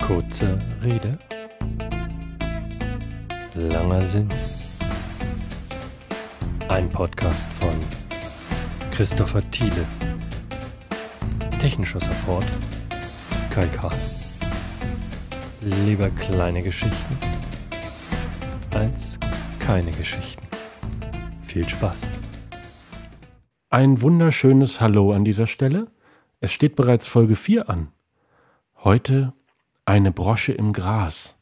Kurze Rede, langer Sinn. Ein Podcast von Christopher Thiele. Technischer Support Kai Kahn. Lieber kleine Geschichten als keine Geschichten. Viel Spaß. Ein wunderschönes Hallo an dieser Stelle. Es steht bereits Folge 4 an. Heute eine Brosche im Gras.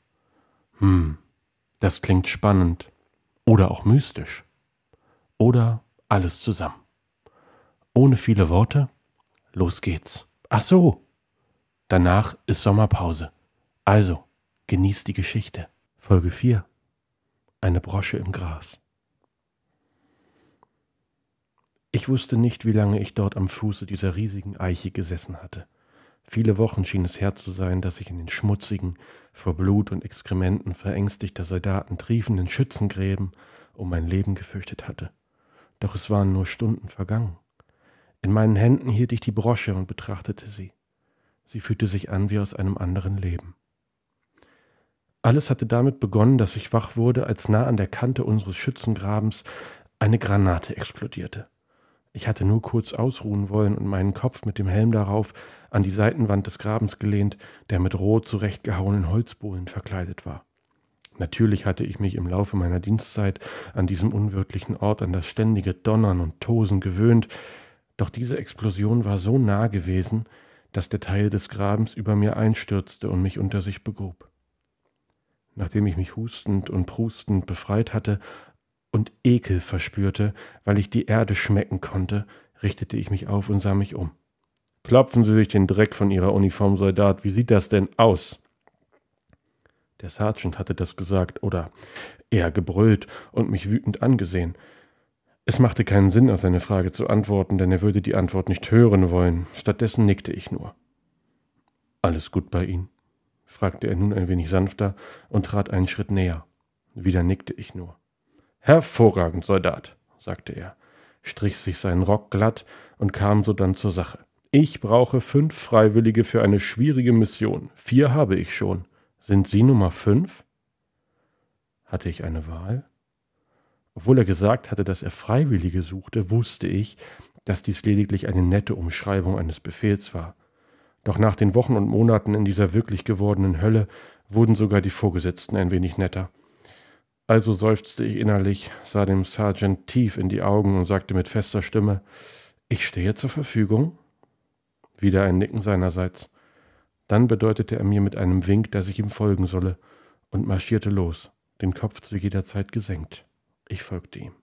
Das klingt spannend. Oder auch mystisch. Oder alles zusammen. Ohne viele Worte, los geht's. Ach so, danach ist Sommerpause. Also, genießt die Geschichte. Folge 4. Eine Brosche im Gras. Ich wusste nicht, wie lange ich dort am Fuße dieser riesigen Eiche gesessen hatte. Viele Wochen schien es her zu sein, dass ich in den schmutzigen, vor Blut und Exkrementen verängstigter Soldaten triefenden Schützengräben um mein Leben gefürchtet hatte. Doch es waren nur Stunden vergangen. In meinen Händen hielt ich die Brosche und betrachtete sie. Sie fühlte sich an wie aus einem anderen Leben. Alles hatte damit begonnen, dass ich wach wurde, als nah an der Kante unseres Schützengrabens eine Granate explodierte. Ich hatte nur kurz ausruhen wollen und meinen Kopf mit dem Helm darauf an die Seitenwand des Grabens gelehnt, der mit rot zurechtgehauenen Holzbohlen verkleidet war. Natürlich hatte ich mich im Laufe meiner Dienstzeit an diesem unwirtlichen Ort an das ständige Donnern und Tosen gewöhnt, doch diese Explosion war so nah gewesen, dass der Teil des Grabens über mir einstürzte und mich unter sich begrub. Nachdem ich mich hustend und prustend befreit hatte und Ekel verspürte, weil ich die Erde schmecken konnte, richtete ich mich auf und sah mich um. »Klopfen Sie sich den Dreck von Ihrer Uniform, Soldat, wie sieht das denn aus?« Der Sergeant hatte das gesagt oder eher gebrüllt und mich wütend angesehen. Es machte keinen Sinn, auf seine Frage zu antworten, denn er würde die Antwort nicht hören wollen. Stattdessen nickte ich nur. »Alles gut bei Ihnen?« fragte er nun ein wenig sanfter und trat einen Schritt näher. Wieder nickte ich nur. »Hervorragend, Soldat«, sagte er, strich sich seinen Rock glatt und kam sodann zur Sache. »Ich brauche 5 Freiwillige für eine schwierige Mission. 4 habe ich schon. Sind Sie Nummer 5? Hatte ich eine Wahl? Obwohl er gesagt hatte, dass er Freiwillige suchte, wusste ich, dass dies lediglich eine nette Umschreibung eines Befehls war. Doch nach den Wochen und Monaten in dieser wirklich gewordenen Hölle wurden sogar die Vorgesetzten ein wenig netter. Also seufzte ich innerlich, sah dem Sergeant tief in die Augen und sagte mit fester Stimme, »Ich stehe zur Verfügung?« Wieder ein Nicken seinerseits. Dann bedeutete er mir mit einem Wink, dass ich ihm folgen solle, und marschierte los, den Kopf zu jeder Zeit gesenkt. Ich folgte ihm.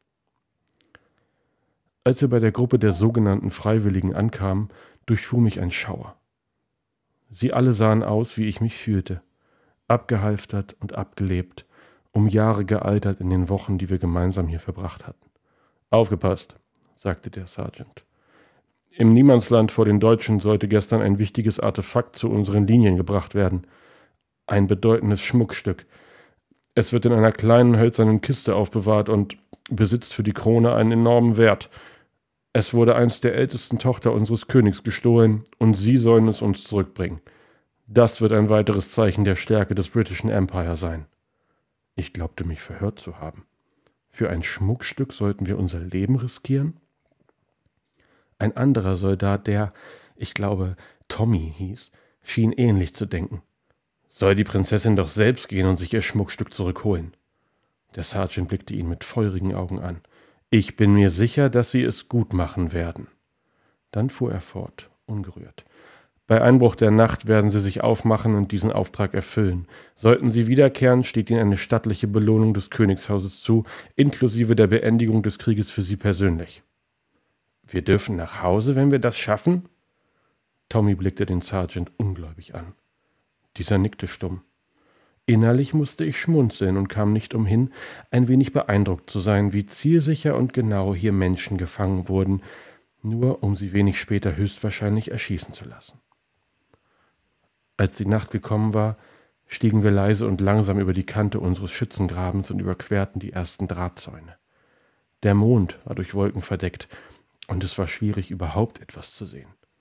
Als wir bei der Gruppe der sogenannten Freiwilligen ankamen, durchfuhr mich ein Schauer. Sie alle sahen aus, wie ich mich fühlte, abgehalftert und abgelebt, um Jahre gealtert in den Wochen, die wir gemeinsam hier verbracht hatten. »Aufgepasst«, sagte der Sergeant. »Im Niemandsland vor den Deutschen sollte gestern ein wichtiges Artefakt zu unseren Linien gebracht werden. Ein bedeutendes Schmuckstück. Es wird in einer kleinen hölzernen Kiste aufbewahrt und besitzt für die Krone einen enormen Wert. Es wurde einst der ältesten Tochter unseres Königs gestohlen und Sie sollen es uns zurückbringen. Das wird ein weiteres Zeichen der Stärke des Britischen Empire sein.« Ich glaubte, mich verhört zu haben. Für ein Schmuckstück sollten wir unser Leben riskieren? Ein anderer Soldat, der, ich glaube, Tommy hieß, schien ähnlich zu denken. Soll die Prinzessin doch selbst gehen und sich ihr Schmuckstück zurückholen? Der Sergeant blickte ihn mit feurigen Augen an. Ich bin mir sicher, dass sie es gut machen werden. Dann fuhr er fort, ungerührt. Bei Einbruch der Nacht werden sie sich aufmachen und diesen Auftrag erfüllen. Sollten sie wiederkehren, steht ihnen eine stattliche Belohnung des Königshauses zu, inklusive der Beendigung des Krieges für sie persönlich. Wir dürfen nach Hause, wenn wir das schaffen? Tommy blickte den Sergeant ungläubig an. Dieser nickte stumm. Innerlich musste ich schmunzeln und kam nicht umhin, ein wenig beeindruckt zu sein, wie zielsicher und genau hier Menschen gefangen wurden, nur um sie wenig später höchstwahrscheinlich erschießen zu lassen. Als die Nacht gekommen war, stiegen wir leise und langsam über die Kante unseres Schützengrabens und überquerten die ersten Drahtzäune. Der Mond war durch Wolken verdeckt, und es war schwierig, überhaupt etwas zu sehen.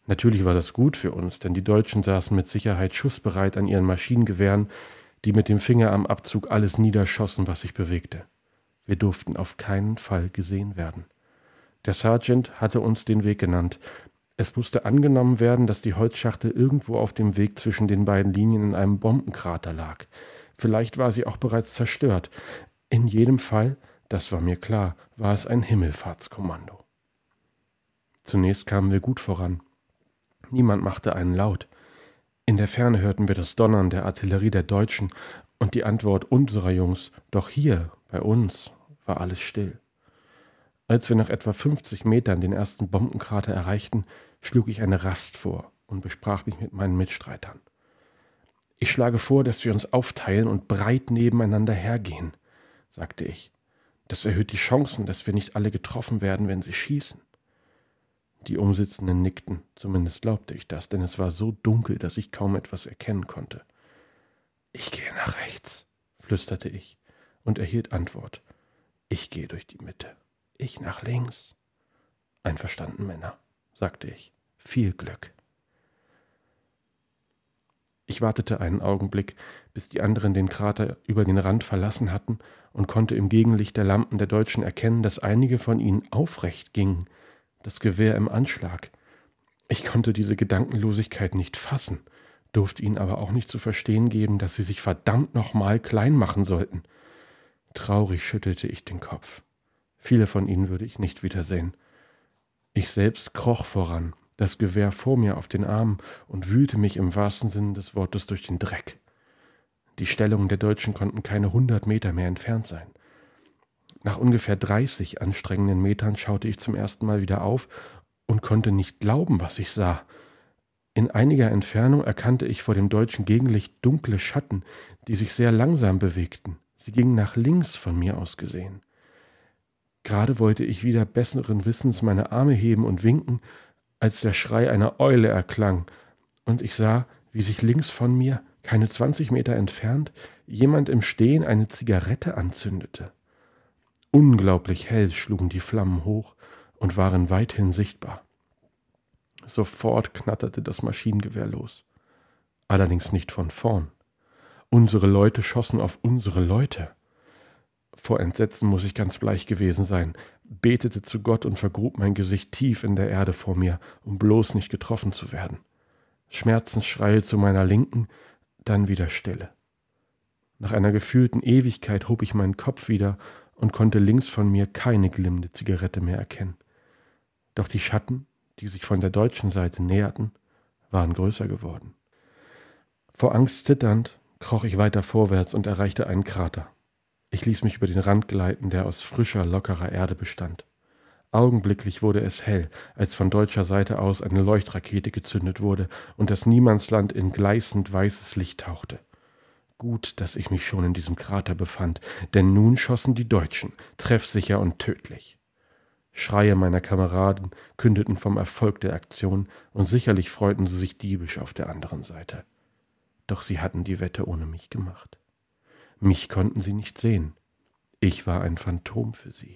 Natürlich war das gut für uns, denn die Deutschen saßen mit Sicherheit schussbereit an ihren Maschinengewehren, die mit dem Finger am Abzug alles niederschossen, was sich bewegte. Wir durften auf keinen Fall gesehen werden. Der Sergeant hatte uns den Weg genannt. Es musste angenommen werden, dass die Holzschachtel irgendwo auf dem Weg zwischen den beiden Linien in einem Bombenkrater lag. Vielleicht war sie auch bereits zerstört. In jedem Fall, das war mir klar, war es ein Himmelfahrtskommando. Zunächst kamen wir gut voran. Niemand machte einen Laut. In der Ferne hörten wir das Donnern der Artillerie der Deutschen und die Antwort unserer Jungs, doch hier, bei uns, war alles still. Als wir nach etwa 50 Metern den ersten Bombenkrater erreichten, schlug ich eine Rast vor und besprach mich mit meinen Mitstreitern. »Ich schlage vor, dass wir uns aufteilen und breit nebeneinander hergehen«, sagte ich. »Das erhöht die Chancen, dass wir nicht alle getroffen werden, wenn sie schießen.« Die Umsitzenden nickten, zumindest glaubte ich das, denn es war so dunkel, dass ich kaum etwas erkennen konnte. »Ich gehe nach rechts«, flüsterte ich und erhielt Antwort. »Ich gehe durch die Mitte.« »Ich nach links.« »Einverstanden, Männer«, sagte ich. »Viel Glück.« Ich wartete einen Augenblick, bis die anderen den Krater über den Rand verlassen hatten und konnte im Gegenlicht der Lampen der Deutschen erkennen, dass einige von ihnen aufrecht gingen, das Gewehr im Anschlag. Ich konnte diese Gedankenlosigkeit nicht fassen, durfte ihnen aber auch nicht zu verstehen geben, dass sie sich verdammt nochmal klein machen sollten. Traurig schüttelte ich den Kopf. Viele von ihnen würde ich nicht wiedersehen. Ich selbst kroch voran, das Gewehr vor mir auf den Armen und wühlte mich im wahrsten Sinne des Wortes durch den Dreck. Die Stellungen der Deutschen konnten keine 100 Meter mehr entfernt sein. Nach ungefähr 30 anstrengenden Metern schaute ich zum ersten Mal wieder auf und konnte nicht glauben, was ich sah. In einiger Entfernung erkannte ich vor dem deutschen Gegenlicht dunkle Schatten, die sich sehr langsam bewegten. Sie gingen nach links von mir aus gesehen. Gerade wollte ich wieder besseren Wissens meine Arme heben und winken, als der Schrei einer Eule erklang, und ich sah, wie sich links von mir, keine 20 Meter entfernt, jemand im Stehen eine Zigarette anzündete. Unglaublich hell schlugen die Flammen hoch und waren weithin sichtbar. Sofort knatterte das Maschinengewehr los. Allerdings nicht von vorn. Unsere Leute schossen auf unsere Leute. Vor Entsetzen muss ich ganz bleich gewesen sein, betete zu Gott und vergrub mein Gesicht tief in der Erde vor mir, um bloß nicht getroffen zu werden. Schmerzensschreie zu meiner Linken, dann wieder Stille. Nach einer gefühlten Ewigkeit hob ich meinen Kopf wieder und konnte links von mir keine glimmende Zigarette mehr erkennen. Doch die Schatten, die sich von der deutschen Seite näherten, waren größer geworden. Vor Angst zitternd kroch ich weiter vorwärts und erreichte einen Krater. Ich ließ mich über den Rand gleiten, der aus frischer, lockerer Erde bestand. Augenblicklich wurde es hell, als von deutscher Seite aus eine Leuchtrakete gezündet wurde und das Niemandsland in gleißend weißes Licht tauchte. Gut, dass ich mich schon in diesem Krater befand, denn nun schossen die Deutschen, treffsicher und tödlich. Schreie meiner Kameraden kündeten vom Erfolg der Aktion, und sicherlich freuten sie sich diebisch auf der anderen Seite. Doch sie hatten die Wette ohne mich gemacht. Mich konnten sie nicht sehen. Ich war ein Phantom für sie.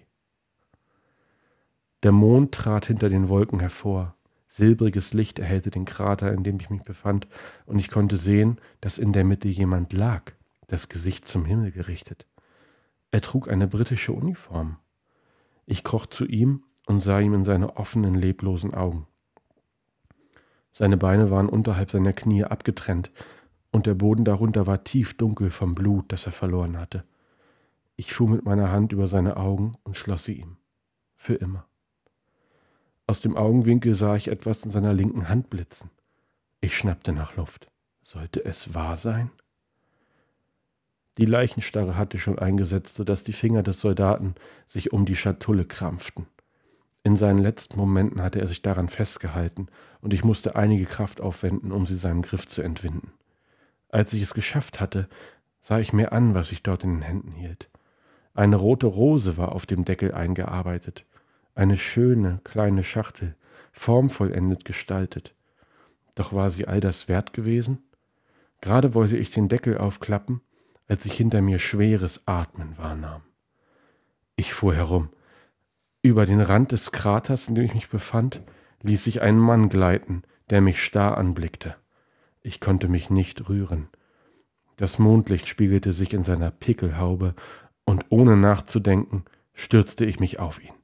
Der Mond trat hinter den Wolken hervor. Silbriges Licht erhellte den Krater, in dem ich mich befand, und ich konnte sehen, dass in der Mitte jemand lag, das Gesicht zum Himmel gerichtet. Er trug eine britische Uniform. Ich kroch zu ihm und sah ihm in seine offenen, leblosen Augen. Seine Beine waren unterhalb seiner Knie abgetrennt, und der Boden darunter war tiefdunkel vom Blut, das er verloren hatte. Ich fuhr mit meiner Hand über seine Augen und schloss sie ihm. Für immer. Aus dem Augenwinkel sah ich etwas in seiner linken Hand blitzen. Ich schnappte nach Luft. Sollte es wahr sein? Die Leichenstarre hatte schon eingesetzt, sodass die Finger des Soldaten sich um die Schatulle krampften. In seinen letzten Momenten hatte er sich daran festgehalten, und ich musste einige Kraft aufwenden, um sie seinem Griff zu entwinden. Als ich es geschafft hatte, sah ich mir an, was ich dort in den Händen hielt. Eine rote Rose war auf dem Deckel eingearbeitet. Eine schöne, kleine Schachtel, formvollendet gestaltet. Doch war sie all das wert gewesen? Gerade wollte ich den Deckel aufklappen, als ich hinter mir schweres Atmen wahrnahm. Ich fuhr herum. Über den Rand des Kraters, in dem ich mich befand, ließ sich ein Mann gleiten, der mich starr anblickte. Ich konnte mich nicht rühren. Das Mondlicht spiegelte sich in seiner Pickelhaube, und ohne nachzudenken stürzte ich mich auf ihn.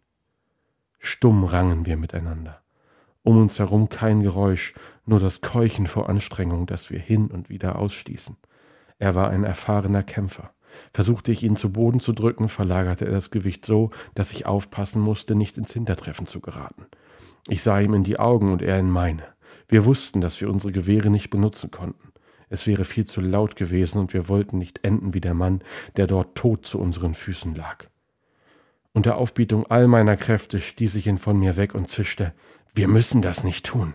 Stumm rangen wir miteinander. Um uns herum kein Geräusch, nur das Keuchen vor Anstrengung, das wir hin und wieder ausstießen. Er war ein erfahrener Kämpfer. Versuchte ich ihn zu Boden zu drücken, verlagerte er das Gewicht so, dass ich aufpassen musste, nicht ins Hintertreffen zu geraten. Ich sah ihm in die Augen und er in meine. Wir wussten, dass wir unsere Gewehre nicht benutzen konnten. Es wäre viel zu laut gewesen und wir wollten nicht enden wie der Mann, der dort tot zu unseren Füßen lag. Unter Aufbietung all meiner Kräfte stieß ich ihn von mir weg und zischte: »Wir müssen das nicht tun.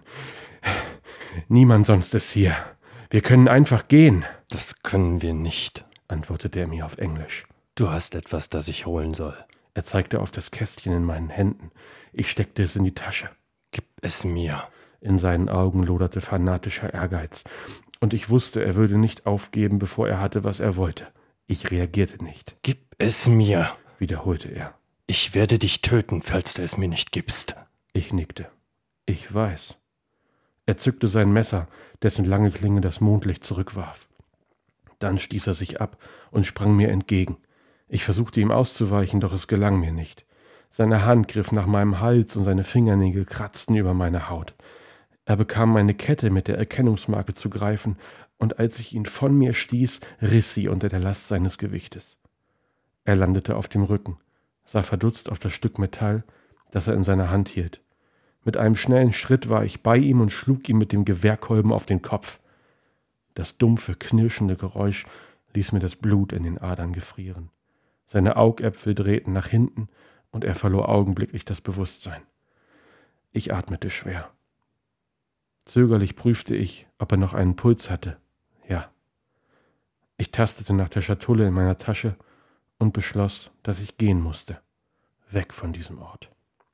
Niemand sonst ist hier. Wir können einfach gehen.« »Das können wir nicht«, antwortete er mir auf Englisch. »Du hast etwas, das ich holen soll.« Er zeigte auf das Kästchen in meinen Händen. Ich steckte es in die Tasche. »Gib es mir.« In seinen Augen loderte fanatischer Ehrgeiz. Und ich wusste, er würde nicht aufgeben, bevor er hatte, was er wollte. Ich reagierte nicht. »Gib es mir«, wiederholte er. »Ich werde dich töten, falls du es mir nicht gibst.« Ich nickte. Ich weiß. Er zückte sein Messer, dessen lange Klinge das Mondlicht zurückwarf. Dann stieß er sich ab und sprang mir entgegen. Ich versuchte ihm auszuweichen, doch es gelang mir nicht. Seine Hand griff nach meinem Hals und seine Fingernägel kratzten über meine Haut. Er bekam meine Kette mit der Erkennungsmarke zu greifen, und als ich ihn von mir stieß, riss sie unter der Last seines Gewichtes. Er landete auf dem Rücken, sah verdutzt auf das Stück Metall, das er in seiner Hand hielt. Mit einem schnellen Schritt war ich bei ihm und schlug ihm mit dem Gewehrkolben auf den Kopf. Das dumpfe, knirschende Geräusch ließ mir das Blut in den Adern gefrieren. Seine Augäpfel drehten nach hinten und er verlor augenblicklich das Bewusstsein. Ich atmete schwer. Zögerlich prüfte ich, ob er noch einen Puls hatte. Ja. Ich tastete nach der Schatulle in meiner Tasche und beschloss, dass ich gehen musste. Weg von diesem Ort.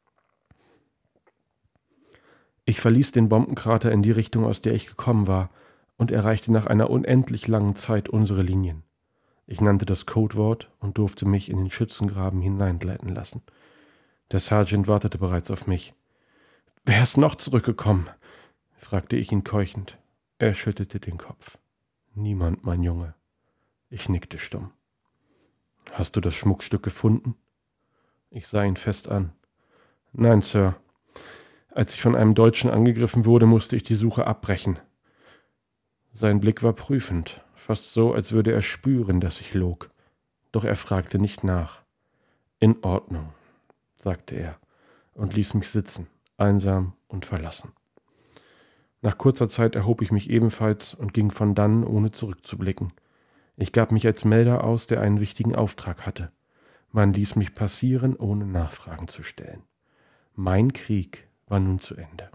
Ich verließ den Bombenkrater in die Richtung, aus der ich gekommen war, und erreichte nach einer unendlich langen Zeit unsere Linien. Ich nannte das Codewort und durfte mich in den Schützengraben hineingleiten lassen. Der Sergeant wartete bereits auf mich. »Wer ist noch zurückgekommen?« fragte ich ihn keuchend. Er schüttelte den Kopf. »Niemand, mein Junge.« Ich nickte stumm. »Hast du das Schmuckstück gefunden?« Ich sah ihn fest an. »Nein, Sir. Als ich von einem Deutschen angegriffen wurde, musste ich die Suche abbrechen.« Sein Blick war prüfend, fast so, als würde er spüren, dass ich log. Doch er fragte nicht nach. »In Ordnung«, sagte er und ließ mich sitzen, einsam und verlassen. Nach kurzer Zeit erhob ich mich ebenfalls und ging von dann, ohne zurückzublicken. Ich gab mich als Melder aus, der einen wichtigen Auftrag hatte. Man ließ mich passieren, ohne Nachfragen zu stellen. Mein Krieg war nun zu Ende.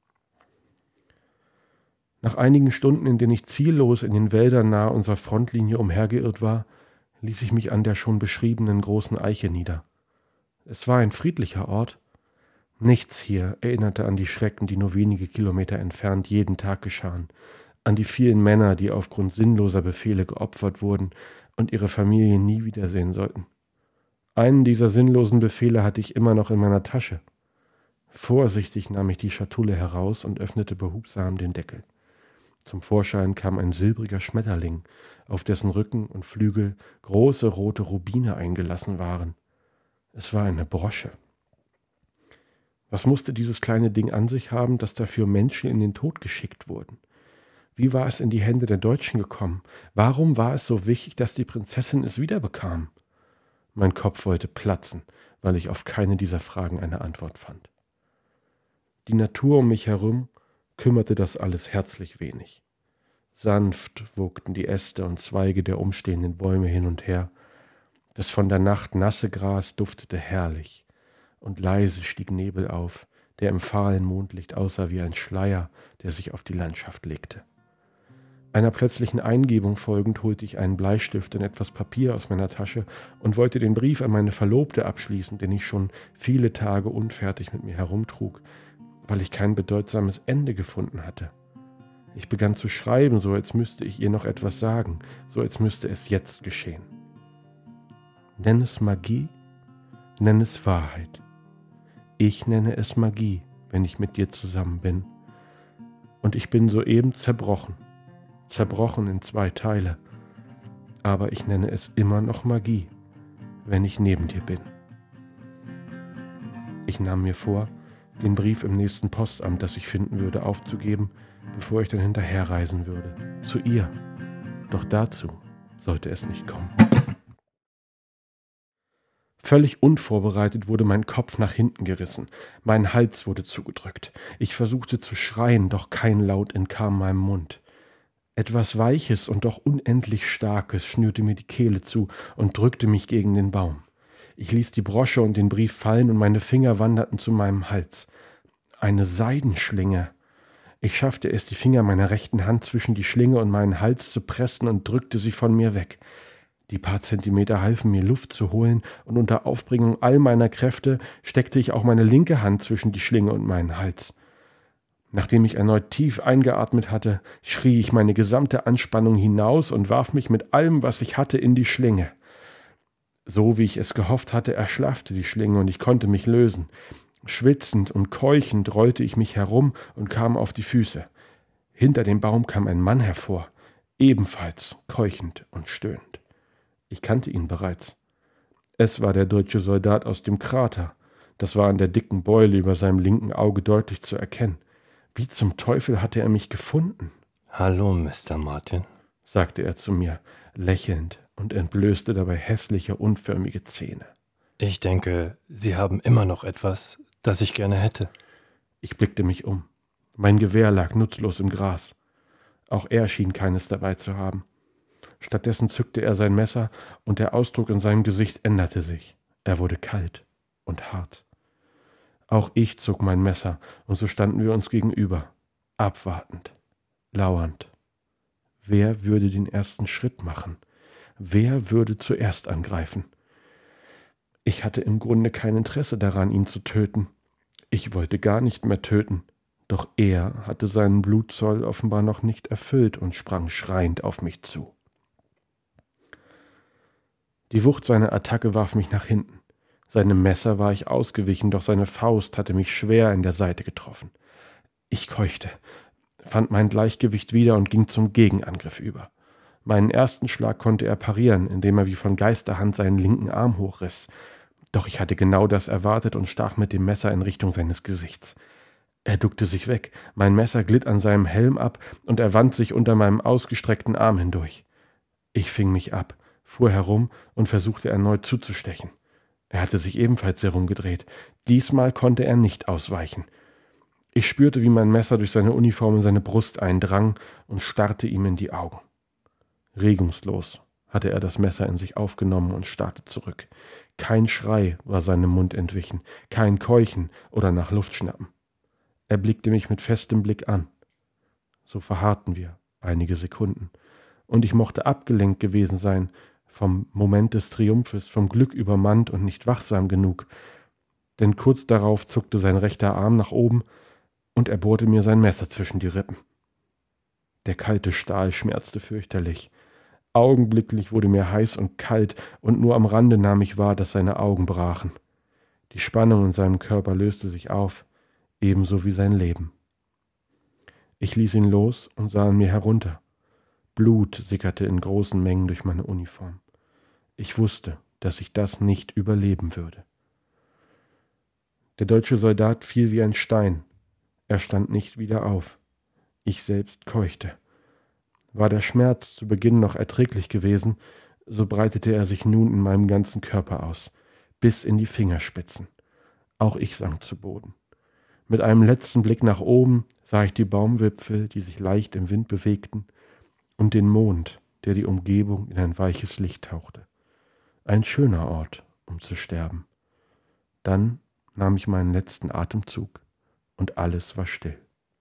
Nach einigen Stunden, in denen ich ziellos in den Wäldern nahe unserer Frontlinie umhergeirrt war, ließ ich mich an der schon beschriebenen großen Eiche nieder. Es war ein friedlicher Ort. Nichts hier erinnerte an die Schrecken, die nur wenige Kilometer entfernt jeden Tag geschahen, an die vielen Männer, die aufgrund sinnloser Befehle geopfert wurden und ihre Familien nie wiedersehen sollten. Einen dieser sinnlosen Befehle hatte ich immer noch in meiner Tasche. Vorsichtig nahm ich die Schatulle heraus und öffnete behutsam den Deckel. Zum Vorschein kam ein silbriger Schmetterling, auf dessen Rücken und Flügel große rote Rubine eingelassen waren. Es war eine Brosche. Was musste dieses kleine Ding an sich haben, dass dafür Menschen in den Tod geschickt wurden? Wie war es in die Hände der Deutschen gekommen? Warum war es so wichtig, dass die Prinzessin es wiederbekam? Mein Kopf wollte platzen, weil ich auf keine dieser Fragen eine Antwort fand. Die Natur um mich herum kümmerte das alles herzlich wenig. Sanft wogten die Äste und Zweige der umstehenden Bäume hin und her. Das von der Nacht nasse Gras duftete herrlich, und leise stieg Nebel auf, der im fahlen Mondlicht aussah wie ein Schleier, der sich auf die Landschaft legte. Einer plötzlichen Eingebung folgend holte ich einen Bleistift und etwas Papier aus meiner Tasche und wollte den Brief an meine Verlobte abschließen, den ich schon viele Tage unfertig mit mir herumtrug, weil ich kein bedeutsames Ende gefunden hatte. Ich begann zu schreiben, so als müsste ich ihr noch etwas sagen, so als müsste es jetzt geschehen. Nenn es Magie, nenn es Wahrheit. Ich nenne es Magie, wenn ich mit dir zusammen bin. und ich bin soeben zerbrochen in 2 Teile, aber ich nenne es immer noch Magie, wenn ich neben dir bin. Ich nahm mir vor, den Brief im nächsten Postamt, das ich finden würde, aufzugeben, bevor ich dann hinterherreisen würde, zu ihr. Doch dazu sollte es nicht kommen. Völlig unvorbereitet wurde mein Kopf nach hinten gerissen, mein Hals wurde zugedrückt. Ich versuchte zu schreien, doch kein Laut entkam meinem Mund. Etwas Weiches und doch unendlich Starkes schnürte mir die Kehle zu und drückte mich gegen den Baum. Ich ließ die Brosche und den Brief fallen und meine Finger wanderten zu meinem Hals. Eine Seidenschlinge. Ich schaffte es, die Finger meiner rechten Hand zwischen die Schlinge und meinen Hals zu pressen und drückte sie von mir weg. Die paar Zentimeter halfen mir, Luft zu holen, und unter Aufbringung all meiner Kräfte steckte ich auch meine linke Hand zwischen die Schlinge und meinen Hals. Nachdem ich erneut tief eingeatmet hatte, schrie ich meine gesamte Anspannung hinaus und warf mich mit allem, was ich hatte, in die Schlinge. So wie ich es gehofft hatte, erschlaffte die Schlinge und ich konnte mich lösen. Schwitzend und keuchend rollte ich mich herum und kam auf die Füße. Hinter dem Baum kam ein Mann hervor, ebenfalls keuchend und stöhnend. Ich kannte ihn bereits. Es war der deutsche Soldat aus dem Krater. Das war an der dicken Beule über seinem linken Auge deutlich zu erkennen. Wie zum Teufel hatte er mich gefunden? »Hallo, Mr. Martin«, sagte er zu mir, lächelnd und entblößte dabei hässliche, unförmige Zähne. »Ich denke, Sie haben immer noch etwas, das ich gerne hätte.« Ich blickte mich um. Mein Gewehr lag nutzlos im Gras. Auch er schien keines dabei zu haben. Stattdessen zückte er sein Messer und der Ausdruck in seinem Gesicht änderte sich. Er wurde kalt und hart. Auch ich zog mein Messer und so standen wir uns gegenüber, abwartend, lauernd. Wer würde den ersten Schritt machen? Wer würde zuerst angreifen? Ich hatte im Grunde kein Interesse daran, ihn zu töten. Ich wollte gar nicht mehr töten. Doch er hatte seinen Blutzoll offenbar noch nicht erfüllt und sprang schreiend auf mich zu. Die Wucht seiner Attacke warf mich nach hinten. Seinem Messer war ich ausgewichen, doch seine Faust hatte mich schwer in der Seite getroffen. Ich keuchte, fand mein Gleichgewicht wieder und ging zum Gegenangriff über. Meinen ersten Schlag konnte er parieren, indem er wie von Geisterhand seinen linken Arm hochriss. Doch ich hatte genau das erwartet und stach mit dem Messer in Richtung seines Gesichts. Er duckte sich weg, mein Messer glitt an seinem Helm ab und er wand sich unter meinem ausgestreckten Arm hindurch. Ich fing mich ab, fuhr herum und versuchte erneut zuzustechen. Er hatte sich ebenfalls herumgedreht. Diesmal konnte er nicht ausweichen. Ich spürte, wie mein Messer durch seine Uniform in seine Brust eindrang und starrte ihm in die Augen. Regungslos hatte er das Messer in sich aufgenommen und starrte zurück. Kein Schrei war seinem Mund entwichen, kein Keuchen oder nach Luft schnappen. Er blickte mich mit festem Blick an. So verharrten wir einige Sekunden, und ich mochte abgelenkt gewesen sein, vom Moment des Triumphes, vom Glück übermannt und nicht wachsam genug, denn kurz darauf zuckte sein rechter Arm nach oben und er bohrte mir sein Messer zwischen die Rippen. Der kalte Stahl schmerzte fürchterlich. Augenblicklich wurde mir heiß und kalt und nur am Rande nahm ich wahr, dass seine Augen brachen. Die Spannung in seinem Körper löste sich auf, ebenso wie sein Leben. Ich ließ ihn los und sah an mir herunter. Blut sickerte in großen Mengen durch meine Uniform. Ich wusste, dass ich das nicht überleben würde. Der deutsche Soldat fiel wie ein Stein. Er stand nicht wieder auf. Ich selbst keuchte. War der Schmerz zu Beginn noch erträglich gewesen, so breitete er sich nun in meinem ganzen Körper aus, bis in die Fingerspitzen. Auch ich sank zu Boden. Mit einem letzten Blick nach oben sah ich die Baumwipfel, die sich leicht im Wind bewegten, und den Mond, der die Umgebung in ein weiches Licht tauchte. Ein schöner Ort, um zu sterben. Dann nahm ich meinen letzten Atemzug und alles war still.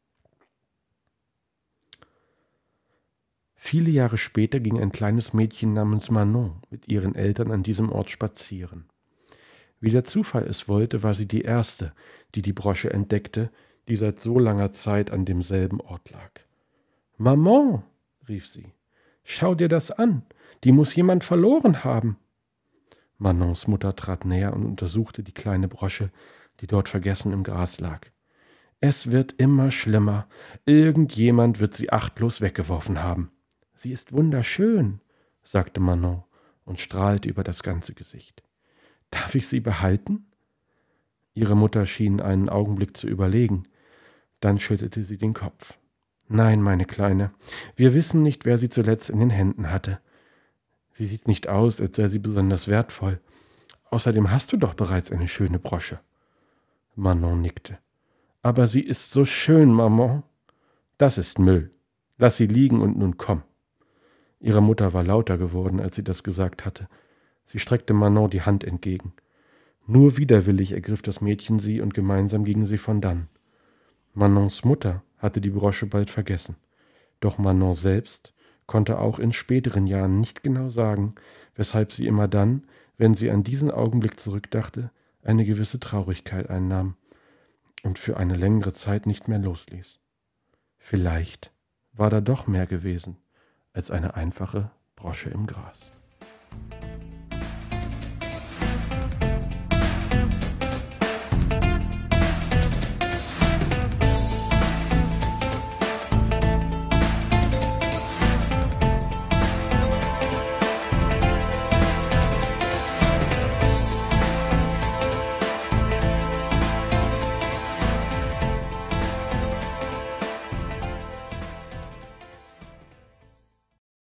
Viele Jahre später ging ein kleines Mädchen namens Manon mit ihren Eltern an diesem Ort spazieren. Wie der Zufall es wollte, war sie die Erste, die die Brosche entdeckte, die seit so langer Zeit an demselben Ort lag. »Maman«, rief sie, »schau dir das an, die muss jemand verloren haben.« Manons Mutter trat näher und untersuchte die kleine Brosche, die dort vergessen im Gras lag. Es wird immer schlimmer. Irgendjemand wird sie achtlos weggeworfen haben. Sie ist wunderschön, sagte Manon und strahlte über das ganze Gesicht. Darf ich sie behalten? Ihre Mutter schien einen Augenblick zu überlegen. Dann schüttelte sie den Kopf. Nein, meine Kleine, wir wissen nicht, wer sie zuletzt in den Händen hatte. Sie sieht nicht aus, als sei sie besonders wertvoll. Außerdem hast du doch bereits eine schöne Brosche. Manon nickte. Aber sie ist so schön, Maman. Das ist Müll. Lass sie liegen und nun komm. Ihre Mutter war lauter geworden, als sie das gesagt hatte. Sie streckte Manon die Hand entgegen. Nur widerwillig ergriff das Mädchen sie und gemeinsam gingen sie von dannen. Manons Mutter hatte die Brosche bald vergessen. Doch Manon selbst konnte auch in späteren Jahren nicht genau sagen, weshalb sie immer dann, wenn sie an diesen Augenblick zurückdachte, eine gewisse Traurigkeit einnahm und für eine längere Zeit nicht mehr losließ. Vielleicht war da doch mehr gewesen als eine einfache Brosche im Gras.